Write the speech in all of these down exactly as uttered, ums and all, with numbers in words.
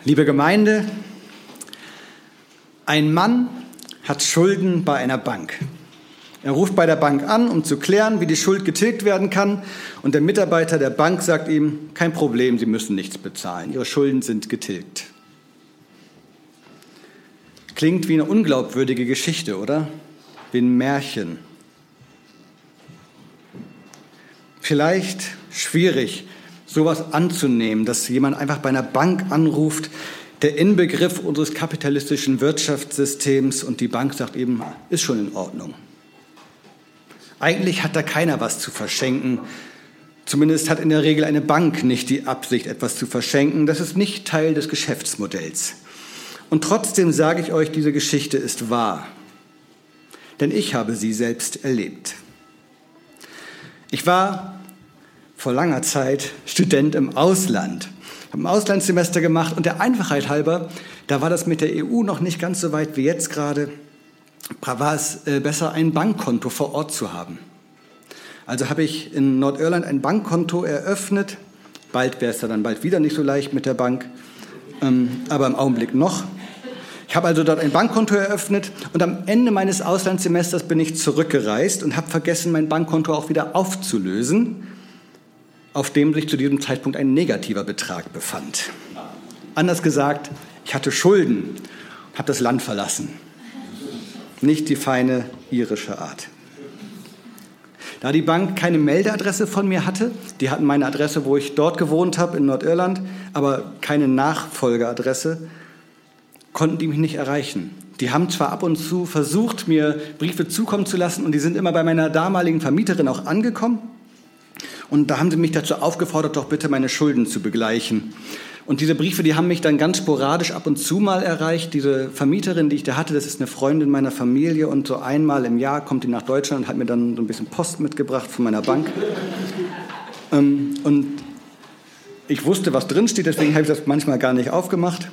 Liebe Gemeinde, ein Mann hat Schulden bei einer Bank. Er ruft bei der Bank an, um zu klären, wie die Schuld getilgt werden kann. Und der Mitarbeiter der Bank sagt ihm, kein Problem, Sie müssen nichts bezahlen. Ihre Schulden sind getilgt. Klingt wie eine unglaubwürdige Geschichte, oder? Wie ein Märchen. Vielleicht schwierig, sowas anzunehmen, dass jemand einfach bei einer Bank anruft, der Inbegriff unseres kapitalistischen Wirtschaftssystems, und die Bank sagt eben, ist schon in Ordnung. Eigentlich hat da keiner was zu verschenken. Zumindest hat in der Regel eine Bank nicht die Absicht, etwas zu verschenken. Das ist nicht Teil des Geschäftsmodells. Und trotzdem sage ich euch, diese Geschichte ist wahr. Denn ich habe sie selbst erlebt. Ich war vor langer Zeit Student im Ausland. Ich habe ein Auslandssemester gemacht und der Einfachheit halber, da war das mit der E U noch nicht ganz so weit wie jetzt gerade, war es besser, ein Bankkonto vor Ort zu haben. Also habe ich in Nordirland ein Bankkonto eröffnet. Bald wäre es dann bald wieder nicht so leicht mit der Bank, aber im Augenblick noch. Ich habe also dort ein Bankkonto eröffnet und am Ende meines Auslandssemesters bin ich zurückgereist und habe vergessen, mein Bankkonto auch wieder aufzulösen, auf dem sich zu diesem Zeitpunkt ein negativer Betrag befand. Anders gesagt, ich hatte Schulden und habe das Land verlassen. Nicht die feine irische Art. Da die Bank keine Meldeadresse von mir hatte, die hatten meine Adresse, wo ich dort gewohnt habe, in Nordirland, aber keine Nachfolgeadresse, konnten die mich nicht erreichen. Die haben zwar ab und zu versucht, mir Briefe zukommen zu lassen, und die sind immer bei meiner damaligen Vermieterin auch angekommen. Und da haben sie mich dazu aufgefordert, doch bitte meine Schulden zu begleichen. Und diese Briefe, die haben mich dann ganz sporadisch ab und zu mal erreicht. Diese Vermieterin, die ich da hatte, das ist eine Freundin meiner Familie, und so einmal im Jahr kommt die nach Deutschland und hat mir dann so ein bisschen Post mitgebracht von meiner Bank. Und ich wusste, was drinsteht, deswegen habe ich das manchmal gar nicht aufgemacht.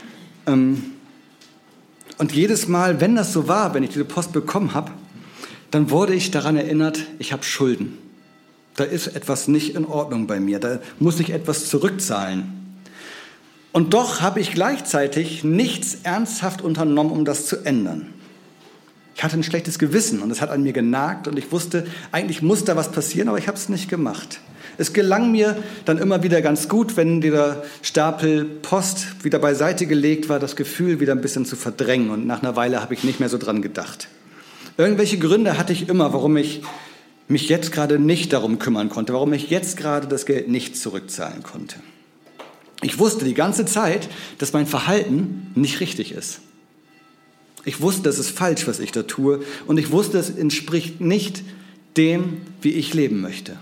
Und jedes Mal, wenn das so war, wenn ich diese Post bekommen habe, dann wurde ich daran erinnert, ich habe Schulden. Da ist etwas nicht in Ordnung bei mir, da muss ich etwas zurückzahlen. Und doch habe ich gleichzeitig nichts ernsthaft unternommen, um das zu ändern. Ich hatte ein schlechtes Gewissen und es hat an mir genagt und ich wusste, eigentlich muss da was passieren, aber ich habe es nicht gemacht. Es gelang mir dann immer wieder ganz gut, wenn dieser Stapel Post wieder beiseite gelegt war, das Gefühl wieder ein bisschen zu verdrängen, und nach einer Weile habe ich nicht mehr so dran gedacht. Irgendwelche Gründe hatte ich immer, warum ich mich jetzt gerade nicht darum kümmern konnte, warum ich jetzt gerade das Geld nicht zurückzahlen konnte. Ich wusste die ganze Zeit, dass mein Verhalten nicht richtig ist. Ich wusste, das ist falsch, was ich da tue, und ich wusste, es entspricht nicht dem, wie ich leben möchte.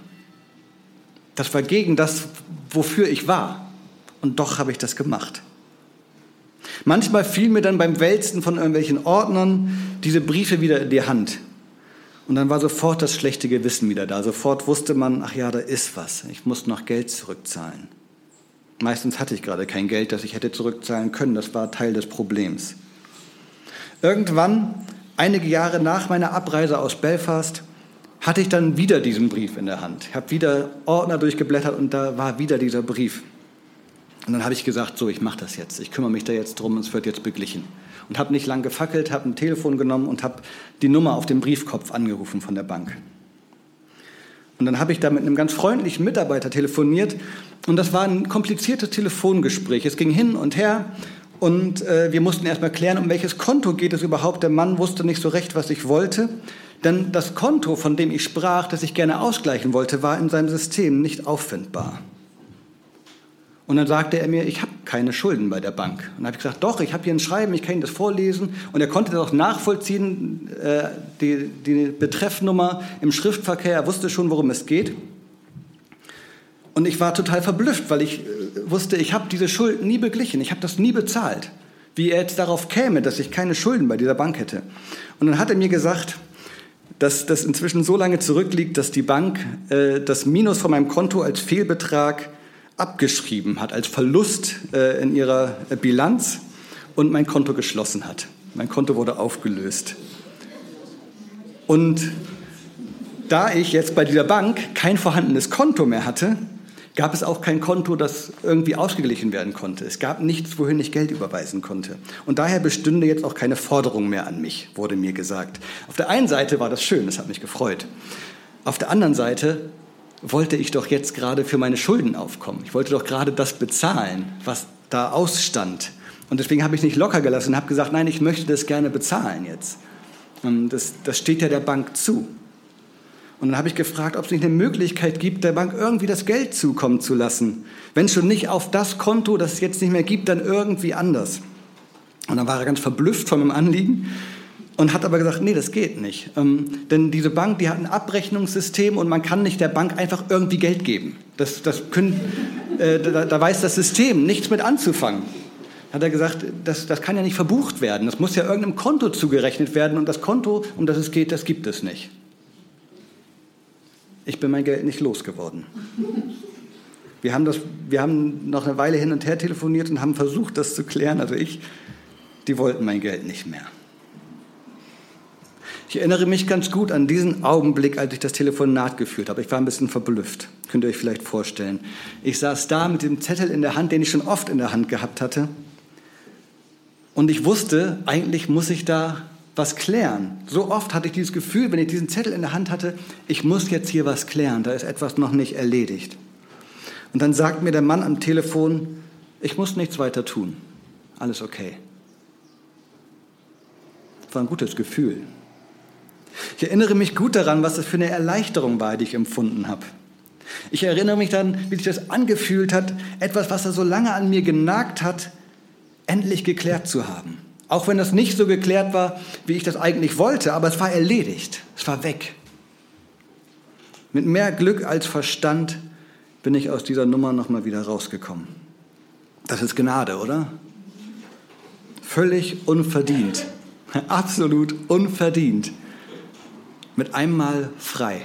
Das war gegen das, wofür ich war, und doch habe ich das gemacht. Manchmal fiel mir dann beim Wälzen von irgendwelchen Ordnern diese Briefe wieder in die Hand. Und dann war sofort das schlechte Gewissen wieder da. Sofort wusste man, ach ja, da ist was. Ich muss noch Geld zurückzahlen. Meistens hatte ich gerade kein Geld, das ich hätte zurückzahlen können. Das war Teil des Problems. Irgendwann, einige Jahre nach meiner Abreise aus Belfast, hatte ich dann wieder diesen Brief in der Hand. Ich habe wieder Ordner durchgeblättert und da war wieder dieser Brief. Und dann habe ich gesagt, so, ich mache das jetzt. Ich kümmere mich da jetzt drum und es wird jetzt beglichen. Und habe nicht lang gefackelt, habe ein Telefon genommen und habe die Nummer auf dem Briefkopf angerufen von der Bank. Und dann habe ich da mit einem ganz freundlichen Mitarbeiter telefoniert und das war ein kompliziertes Telefongespräch. Es ging hin und her und äh, wir mussten erst mal klären, um welches Konto geht es überhaupt. Der Mann wusste nicht so recht, was ich wollte, denn das Konto, von dem ich sprach, das ich gerne ausgleichen wollte, war in seinem System nicht auffindbar. Und dann sagte er mir, ich habe keine Schulden bei der Bank. Und dann habe ich gesagt, doch, ich habe hier ein Schreiben, ich kann Ihnen das vorlesen. Und er konnte das auch nachvollziehen, äh, die, die Betreffnummer im Schriftverkehr, er wusste schon, worum es geht. Und ich war total verblüfft, weil ich äh, wusste, ich habe diese Schulden nie beglichen, ich habe das nie bezahlt. Wie er jetzt darauf käme, dass ich keine Schulden bei dieser Bank hätte. Und dann hat er mir gesagt, dass das inzwischen so lange zurückliegt, dass die Bank äh, das Minus von meinem Konto als Fehlbetrag abgeschrieben hat, als Verlust äh, in ihrer äh, Bilanz und mein Konto geschlossen hat. Mein Konto wurde aufgelöst. Und da ich jetzt bei dieser Bank kein vorhandenes Konto mehr hatte, gab es auch kein Konto, das irgendwie ausgeglichen werden konnte. Es gab nichts, wohin ich Geld überweisen konnte. Und daher bestünde jetzt auch keine Forderung mehr an mich, wurde mir gesagt. Auf der einen Seite war das schön, das hat mich gefreut. Auf der anderen Seite wollte ich doch jetzt gerade für meine Schulden aufkommen. Ich wollte doch gerade das bezahlen, was da ausstand. Und deswegen habe ich nicht locker gelassen und habe gesagt, nein, ich möchte das gerne bezahlen jetzt. Und das, das steht ja der Bank zu. Und dann habe ich gefragt, ob es nicht eine Möglichkeit gibt, der Bank irgendwie das Geld zukommen zu lassen. Wenn schon nicht auf das Konto, das es jetzt nicht mehr gibt, dann irgendwie anders. Und dann war er ganz verblüfft von meinem Anliegen und hat aber gesagt, nee, das geht nicht. Ähm, denn diese Bank, die hat ein Abrechnungssystem und man kann nicht der Bank einfach irgendwie Geld geben. Das, das können, äh, da, da weiß das System nichts mit anzufangen. Hat er gesagt, das, das kann ja nicht verbucht werden. Das muss ja irgendeinem Konto zugerechnet werden und das Konto, um das es geht, das gibt es nicht. Ich bin mein Geld nicht losgeworden. Wir haben, das, wir haben noch eine Weile hin und her telefoniert und haben versucht, das zu klären. Also ich, die wollten mein Geld nicht mehr. Ich erinnere mich ganz gut an diesen Augenblick, als ich das Telefonat geführt habe. Ich war ein bisschen verblüfft, könnt ihr euch vielleicht vorstellen. Ich saß da mit dem Zettel in der Hand, den ich schon oft in der Hand gehabt hatte. Und ich wusste, eigentlich muss ich da was klären. So oft hatte ich dieses Gefühl, wenn ich diesen Zettel in der Hand hatte, ich muss jetzt hier was klären, da ist etwas noch nicht erledigt. Und dann sagt mir der Mann am Telefon, ich muss nichts weiter tun, alles okay. Das war ein gutes Gefühl. Ich erinnere mich gut daran, was das für eine Erleichterung war, die ich empfunden habe. Ich erinnere mich dann, wie sich das angefühlt hat, etwas, was er so lange an mir genagt hat, endlich geklärt zu haben. Auch wenn das nicht so geklärt war, wie ich das eigentlich wollte, aber es war erledigt, es war weg. Mit mehr Glück als Verstand bin ich aus dieser Nummer nochmal wieder rausgekommen. Das ist Gnade, oder? Völlig unverdient, absolut unverdient. Mit einmal frei.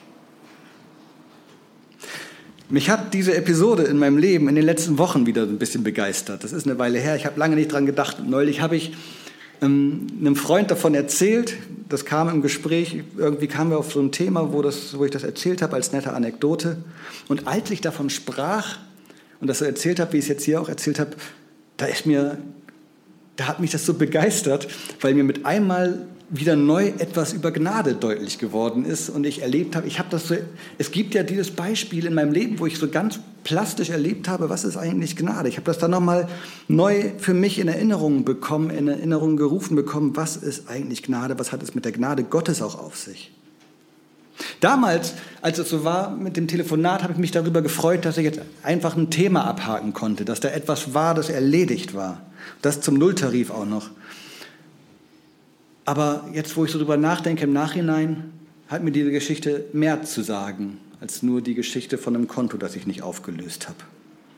Mich hat diese Episode in meinem Leben in den letzten Wochen wieder ein bisschen begeistert. Das ist eine Weile her, ich habe lange nicht dran gedacht. Neulich habe ich ähm, einem Freund davon erzählt, das kam im Gespräch, irgendwie kamen wir auf so ein Thema, wo, das, wo ich das erzählt habe als nette Anekdote. Und als ich davon sprach und das so erzählt habe, wie ich es jetzt hier auch erzählt habe, da ist mir, da hat mich das so begeistert, weil mir mit einmal wieder neu etwas über Gnade deutlich geworden ist und ich erlebt habe, ich habe das so, es gibt ja dieses Beispiel in meinem Leben, wo ich so ganz plastisch erlebt habe, was ist eigentlich Gnade? Ich habe das dann nochmal neu für mich in Erinnerung bekommen, in Erinnerung gerufen bekommen, was ist eigentlich Gnade, was hat es mit der Gnade Gottes auch auf sich? Damals, als es so war mit dem Telefonat, habe ich mich darüber gefreut, dass ich jetzt einfach ein Thema abhaken konnte, dass da etwas war, das erledigt war. Das zum Nulltarif auch noch. Aber jetzt, wo ich so drüber nachdenke im Nachhinein, hat mir diese Geschichte mehr zu sagen, als nur die Geschichte von einem Konto, das ich nicht aufgelöst habe.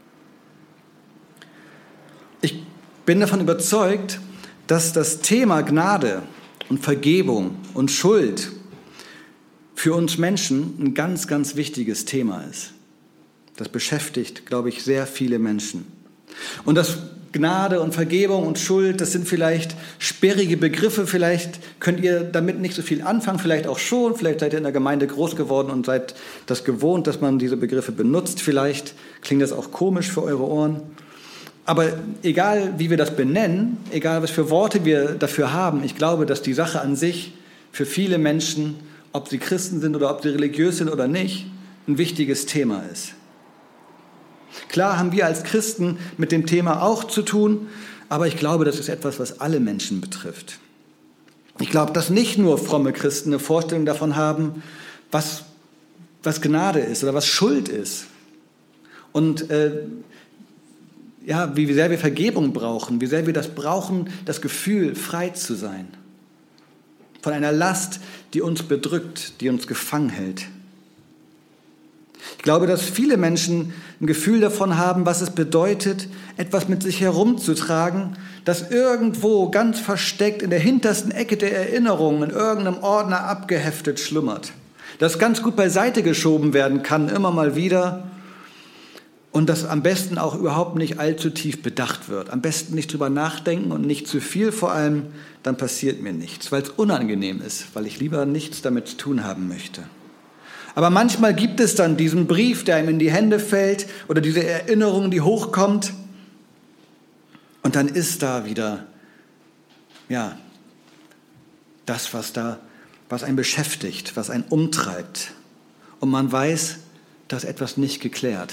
Ich bin davon überzeugt, dass das Thema Gnade und Vergebung und Schuld für uns Menschen ein ganz, ganz wichtiges Thema ist. Das beschäftigt, glaube ich, sehr viele Menschen. Und das Gnade und Vergebung und Schuld, das sind vielleicht sperrige Begriffe, vielleicht könnt ihr damit nicht so viel anfangen, vielleicht auch schon, vielleicht seid ihr in der Gemeinde groß geworden und seid das gewohnt, dass man diese Begriffe benutzt, vielleicht klingt das auch komisch für eure Ohren. Aber egal, wie wir das benennen, egal, was für Worte wir dafür haben, ich glaube, dass die Sache an sich für viele Menschen, ob sie Christen sind oder ob sie religiös sind oder nicht, ein wichtiges Thema ist. Klar haben wir als Christen mit dem Thema auch zu tun, aber ich glaube, das ist etwas, was alle Menschen betrifft. Ich glaube, dass nicht nur fromme Christen eine Vorstellung davon haben, was, was Gnade ist oder was Schuld ist. Und äh, ja, wie sehr wir Vergebung brauchen, wie sehr wir das brauchen, das Gefühl, frei zu sein. Von einer Last, die uns bedrückt, die uns gefangen hält. Ich glaube, dass viele Menschen ein Gefühl davon haben, was es bedeutet, etwas mit sich herumzutragen, das irgendwo ganz versteckt in der hintersten Ecke der Erinnerung in irgendeinem Ordner abgeheftet schlummert. Das ganz gut beiseite geschoben werden kann, immer mal wieder. Und das am besten auch überhaupt nicht allzu tief bedacht wird. Am besten nicht drüber nachdenken und nicht zu viel vor allem, dann passiert mir nichts, weil es unangenehm ist, weil ich lieber nichts damit zu tun haben möchte. Aber manchmal gibt es dann diesen Brief, der ihm in die Hände fällt oder diese Erinnerung, die hochkommt. Und dann ist da wieder, ja, das, was da, was einen beschäftigt, was einen umtreibt. Und man weiß, da ist etwas nicht geklärt.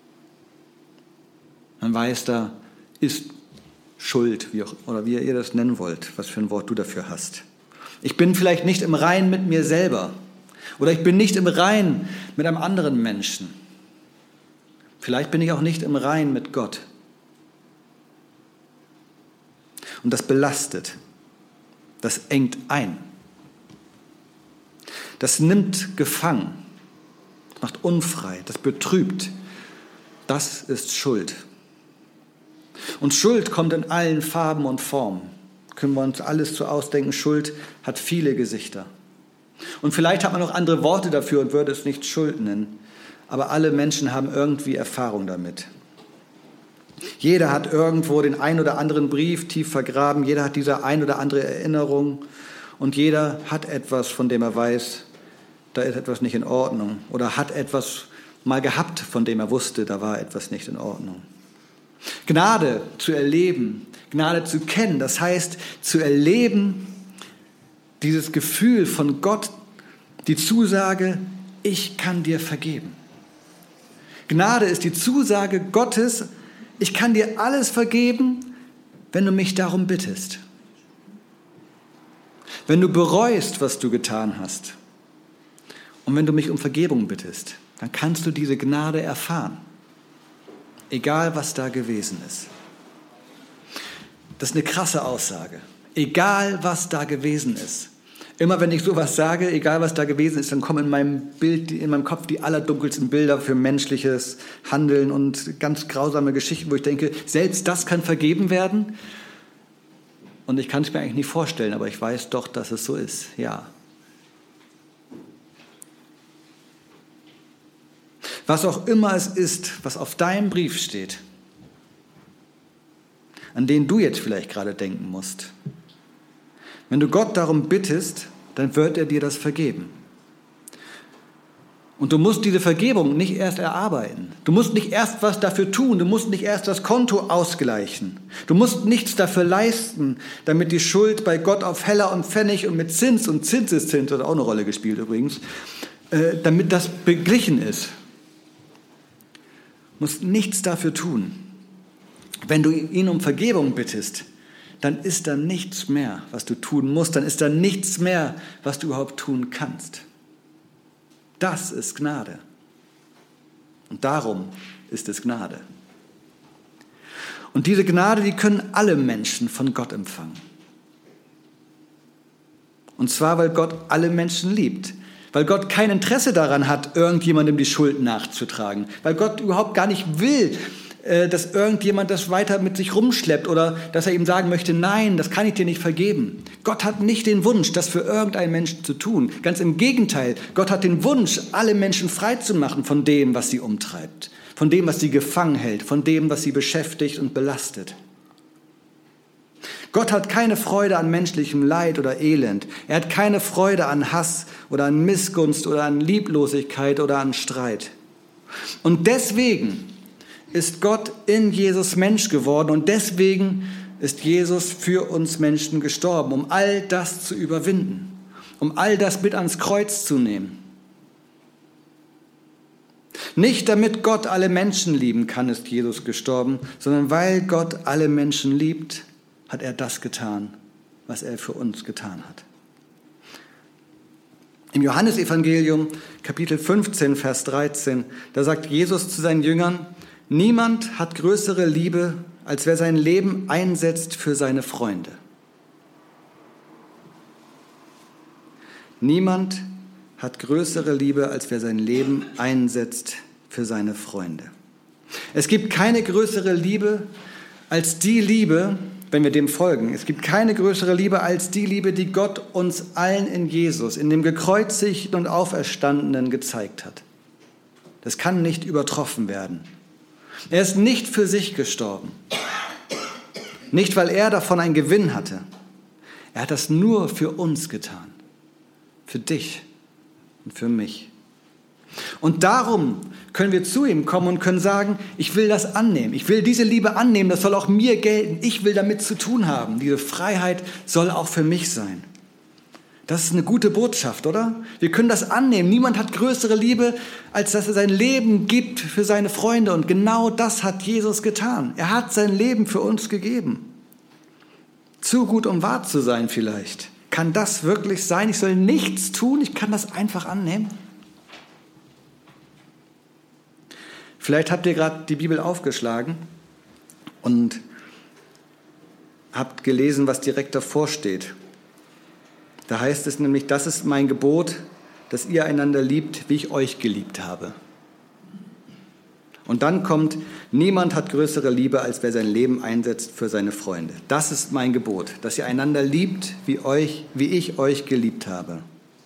Man weiß, da ist Schuld, wie auch, oder wie ihr das nennen wollt, was für ein Wort du dafür hast. Ich bin vielleicht nicht im Reinen mit mir selber. Oder ich bin nicht im Reinen mit einem anderen Menschen. Vielleicht bin ich auch nicht im Reinen mit Gott. Und das belastet. Das engt ein. Das nimmt gefangen. Das macht unfrei. Das betrübt. Das ist Schuld. Und Schuld kommt in allen Farben und Formen. Können wir uns alles so ausdenken. Schuld hat viele Gesichter. Und vielleicht hat man noch andere Worte dafür und würde es nicht Schuld nennen. Aber alle Menschen haben irgendwie Erfahrung damit. Jeder hat irgendwo den ein oder anderen Brief tief vergraben. Jeder hat diese ein oder andere Erinnerung. Und jeder hat etwas, von dem er weiß, da ist etwas nicht in Ordnung. Oder hat etwas mal gehabt, von dem er wusste, da war etwas nicht in Ordnung. Gnade zu erleben, Gnade zu kennen, das heißt zu erleben, dieses Gefühl von Gott, die Zusage, ich kann dir vergeben. Gnade ist die Zusage Gottes, ich kann dir alles vergeben, wenn du mich darum bittest. Wenn du bereust, was du getan hast und wenn du mich um Vergebung bittest, dann kannst du diese Gnade erfahren, egal was da gewesen ist. Das ist eine krasse Aussage. Egal, was da gewesen ist. Immer wenn ich sowas sage, egal was da gewesen ist, dann kommen in meinem Bild, in meinem Kopf die allerdunkelsten Bilder für menschliches Handeln und ganz grausame Geschichten, wo ich denke, selbst das kann vergeben werden. Und ich kann es mir eigentlich nicht vorstellen, aber ich weiß doch, dass es so ist. Ja. Was auch immer es ist, was auf deinem Brief steht, an den du jetzt vielleicht gerade denken musst. Wenn du Gott darum bittest, dann wird er dir das vergeben. Und du musst diese Vergebung nicht erst erarbeiten. Du musst nicht erst was dafür tun. Du musst nicht erst das Konto ausgleichen. Du musst nichts dafür leisten, damit die Schuld bei Gott auf Heller und Pfennig und mit Zins und Zinseszins hat auch eine Rolle gespielt übrigens, äh, damit das beglichen ist. Du musst nichts dafür tun. Wenn du ihn um Vergebung bittest, dann ist da nichts mehr, was du tun musst. Dann ist da nichts mehr, was du überhaupt tun kannst. Das ist Gnade. Und darum ist es Gnade. Und diese Gnade, die können alle Menschen von Gott empfangen. Und zwar, weil Gott alle Menschen liebt. Weil Gott kein Interesse daran hat, irgendjemandem die Schuld nachzutragen. Weil Gott überhaupt gar nicht will, dass irgendjemand das weiter mit sich rumschleppt oder dass er ihm sagen möchte, nein, das kann ich dir nicht vergeben. Gott hat nicht den Wunsch, das für irgendeinen Menschen zu tun. Ganz im Gegenteil, Gott hat den Wunsch, alle Menschen frei zu machen von dem, was sie umtreibt, von dem, was sie gefangen hält, von dem, was sie beschäftigt und belastet. Gott hat keine Freude an menschlichem Leid oder Elend. Er hat keine Freude an Hass oder an Missgunst oder an Lieblosigkeit oder an Streit. Und deswegen ist Gott in Jesus Mensch geworden und deswegen ist Jesus für uns Menschen gestorben, um all das zu überwinden, um all das mit ans Kreuz zu nehmen. Nicht damit Gott alle Menschen lieben kann, ist Jesus gestorben, sondern weil Gott alle Menschen liebt, hat er das getan, was er für uns getan hat. Im Johannesevangelium, Kapitel fünfzehn, Vers dreizehn, da sagt Jesus zu seinen Jüngern, niemand hat größere Liebe, als wer sein Leben einsetzt für seine Freunde. Niemand hat größere Liebe, als wer sein Leben einsetzt für seine Freunde. Es gibt keine größere Liebe als die Liebe, wenn wir dem folgen. Es gibt keine größere Liebe als die Liebe, die Gott uns allen in Jesus, in dem Gekreuzigten und Auferstandenen gezeigt hat. Das kann nicht übertroffen werden. Er ist nicht für sich gestorben. Nicht, weil er davon einen Gewinn hatte. Er hat das nur für uns getan. Für dich und für mich. Und darum können wir zu ihm kommen und können sagen, ich will das annehmen. Ich will diese Liebe annehmen, das soll auch mir gelten. Ich will damit zu tun haben. Diese Freiheit soll auch für mich sein. Das ist eine gute Botschaft, oder? Wir können das annehmen. Niemand hat größere Liebe, als dass er sein Leben gibt für seine Freunde. Und genau das hat Jesus getan. Er hat sein Leben für uns gegeben. Zu gut, um wahr zu sein vielleicht. Kann das wirklich sein? Ich soll nichts tun, ich kann das einfach annehmen? Vielleicht habt ihr gerade die Bibel aufgeschlagen und habt gelesen, was direkt davor steht. Da heißt es nämlich, das ist mein Gebot, dass ihr einander liebt, wie ich euch geliebt habe. Und dann kommt, niemand hat größere Liebe, als wer sein Leben einsetzt für seine Freunde. Das ist mein Gebot, dass ihr einander liebt, wie, euch, wie ich euch geliebt habe.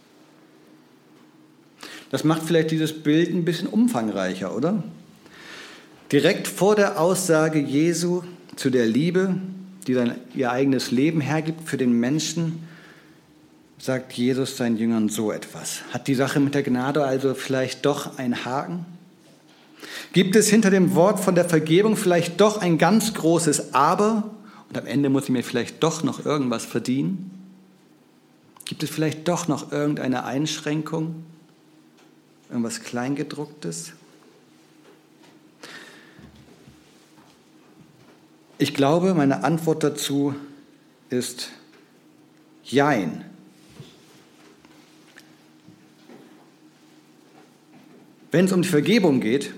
Das macht vielleicht dieses Bild ein bisschen umfangreicher, oder? Direkt vor der Aussage Jesu zu der Liebe, die dann ihr eigenes Leben hergibt für den Menschen, sagt Jesus seinen Jüngern so etwas. Hat die Sache mit der Gnade also vielleicht doch einen Haken? Gibt es hinter dem Wort von der Vergebung vielleicht doch ein ganz großes Aber? Und am Ende muss ich mir vielleicht doch noch irgendwas verdienen? Gibt es vielleicht doch noch irgendeine Einschränkung? Irgendwas Kleingedrucktes? Ich glaube, meine Antwort dazu ist Jein. Wenn es um die Vergebung geht,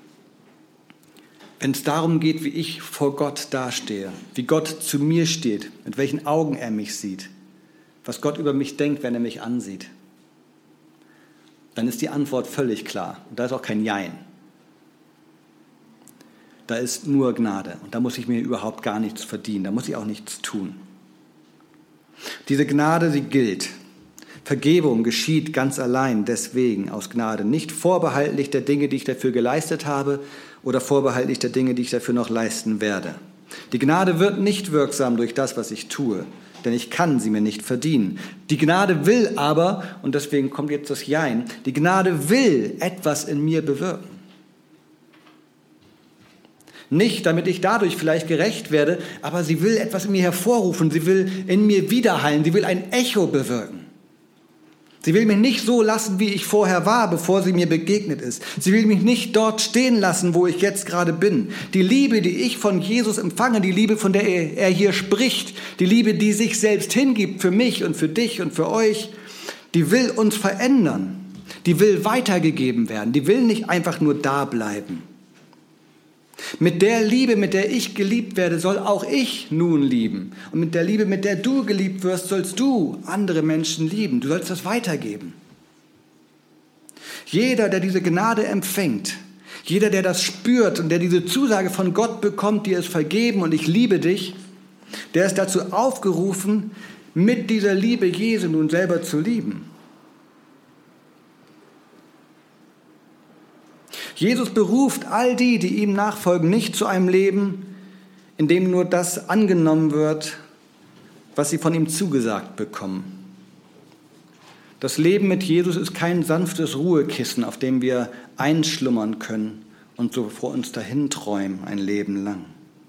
wenn es darum geht, wie ich vor Gott dastehe, wie Gott zu mir steht, mit welchen Augen er mich sieht, was Gott über mich denkt, wenn er mich ansieht, dann ist die Antwort völlig klar. Und da ist auch kein Jein. Da ist nur Gnade. Und da muss ich mir überhaupt gar nichts verdienen. Da muss ich auch nichts tun. Diese Gnade, sie gilt. Vergebung geschieht ganz allein deswegen aus Gnade, nicht vorbehaltlich der Dinge, die ich dafür geleistet habe oder vorbehaltlich der Dinge, die ich dafür noch leisten werde. Die Gnade wird nicht wirksam durch das, was ich tue, denn ich kann sie mir nicht verdienen. Die Gnade will aber, und deswegen kommt jetzt das Jein, die Gnade will etwas in mir bewirken. Nicht, damit ich dadurch vielleicht gerecht werde, aber sie will etwas in mir hervorrufen, sie will in mir widerhallen, sie will ein Echo bewirken. Sie will mich nicht so lassen, wie ich vorher war, bevor sie mir begegnet ist. Sie will mich nicht dort stehen lassen, wo ich jetzt gerade bin. Die Liebe, die ich von Jesus empfange, die Liebe, von der er hier spricht, die Liebe, die sich selbst hingibt für mich und für dich und für euch, die will uns verändern. Die will weitergegeben werden. Die will nicht einfach nur da bleiben. Mit der Liebe, mit der ich geliebt werde, soll auch ich nun lieben. Und mit der Liebe, mit der du geliebt wirst, sollst du andere Menschen lieben. Du sollst das weitergeben. Jeder, der diese Gnade empfängt, jeder, der das spürt und der diese Zusage von Gott bekommt, dir ist vergeben und ich liebe dich, der ist dazu aufgerufen, mit dieser Liebe Jesu nun selber zu lieben. Jesus beruft all die, die ihm nachfolgen, nicht zu einem Leben, in dem nur das angenommen wird, was sie von ihm zugesagt bekommen. Das Leben mit Jesus ist kein sanftes Ruhekissen, auf dem wir einschlummern können und so vor uns dahin träumen ein Leben lang.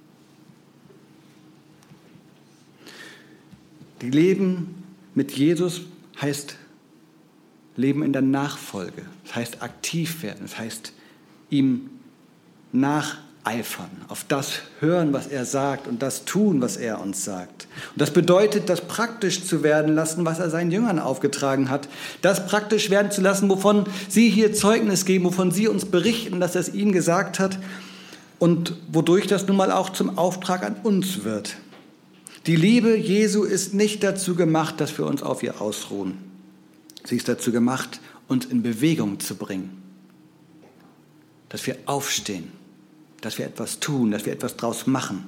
Die Leben mit Jesus heißt Leben in der Nachfolge. Das heißt aktiv werden, das heißt ihm nacheifern, auf das hören, was er sagt und das tun, was er uns sagt. Und das bedeutet, das praktisch zu werden lassen, was er seinen Jüngern aufgetragen hat. Das praktisch werden zu lassen, wovon sie hier Zeugnis geben, wovon sie uns berichten, dass er es ihnen gesagt hat und wodurch das nun mal auch zum Auftrag an uns wird. Die Liebe Jesu ist nicht dazu gemacht, dass wir uns auf ihr ausruhen. Sie ist dazu gemacht, uns in Bewegung zu bringen. Dass wir aufstehen, dass wir etwas tun, dass wir etwas draus machen.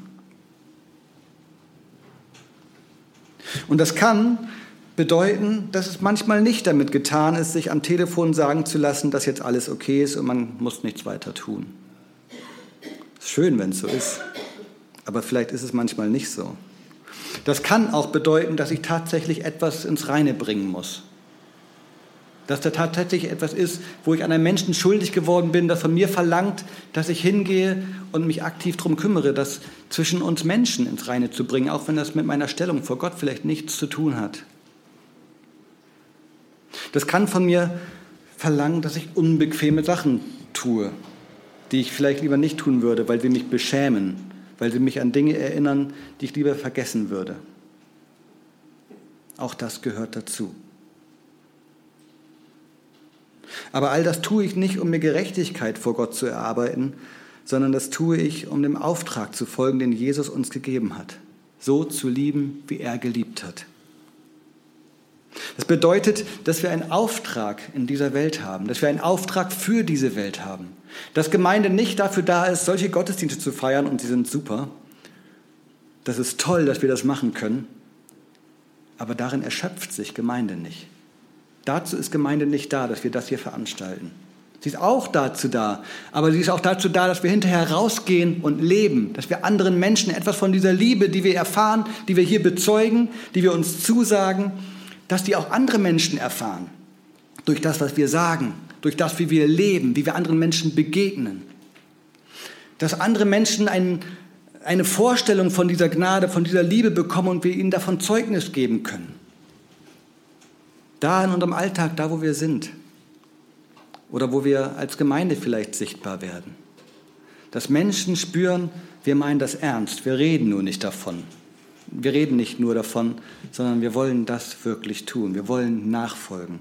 Und das kann bedeuten, dass es manchmal nicht damit getan ist, sich am Telefon sagen zu lassen, dass jetzt alles okay ist und man muss nichts weiter tun. Ist schön, wenn es so ist, aber vielleicht ist es manchmal nicht so. Das kann auch bedeuten, dass ich tatsächlich etwas ins Reine bringen muss. Dass da tatsächlich etwas ist, wo ich an einem Menschen schuldig geworden bin, das von mir verlangt, dass ich hingehe und mich aktiv darum kümmere, das zwischen uns Menschen ins Reine zu bringen, auch wenn das mit meiner Stellung vor Gott vielleicht nichts zu tun hat. Das kann von mir verlangen, dass ich unbequeme Sachen tue, die ich vielleicht lieber nicht tun würde, weil sie mich beschämen, weil sie mich an Dinge erinnern, die ich lieber vergessen würde. Auch das gehört dazu. Aber all das tue ich nicht, um mir Gerechtigkeit vor Gott zu erarbeiten, sondern das tue ich, um dem Auftrag zu folgen, den Jesus uns gegeben hat. So zu lieben, wie er geliebt hat. Das bedeutet, dass wir einen Auftrag in dieser Welt haben, dass wir einen Auftrag für diese Welt haben. Dass Gemeinde nicht dafür da ist, solche Gottesdienste zu feiern, und sie sind super. Das ist toll, dass wir das machen können. Aber darin erschöpft sich Gemeinde nicht. Dazu ist Gemeinde nicht da, dass wir das hier veranstalten. Sie ist auch dazu da, aber sie ist auch dazu da, dass wir hinterher rausgehen und leben, dass wir anderen Menschen etwas von dieser Liebe, die wir erfahren, die wir hier bezeugen, die wir uns zusagen, dass die auch andere Menschen erfahren. Durch das, was wir sagen, durch das, wie wir leben, wie wir anderen Menschen begegnen. Dass andere Menschen ein, eine Vorstellung von dieser Gnade, von dieser Liebe bekommen und wir ihnen davon Zeugnis geben können. Da in unserem Alltag, da wo wir sind. Oder wo wir als Gemeinde vielleicht sichtbar werden. Dass Menschen spüren, wir meinen das ernst, wir reden nur nicht davon. Wir reden nicht nur davon, sondern wir wollen das wirklich tun. Wir wollen nachfolgen.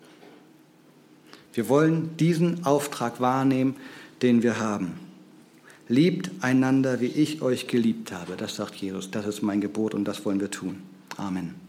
Wir wollen diesen Auftrag wahrnehmen, den wir haben. Liebt einander, wie ich euch geliebt habe. Das sagt Jesus. Das ist mein Gebot und das wollen wir tun. Amen.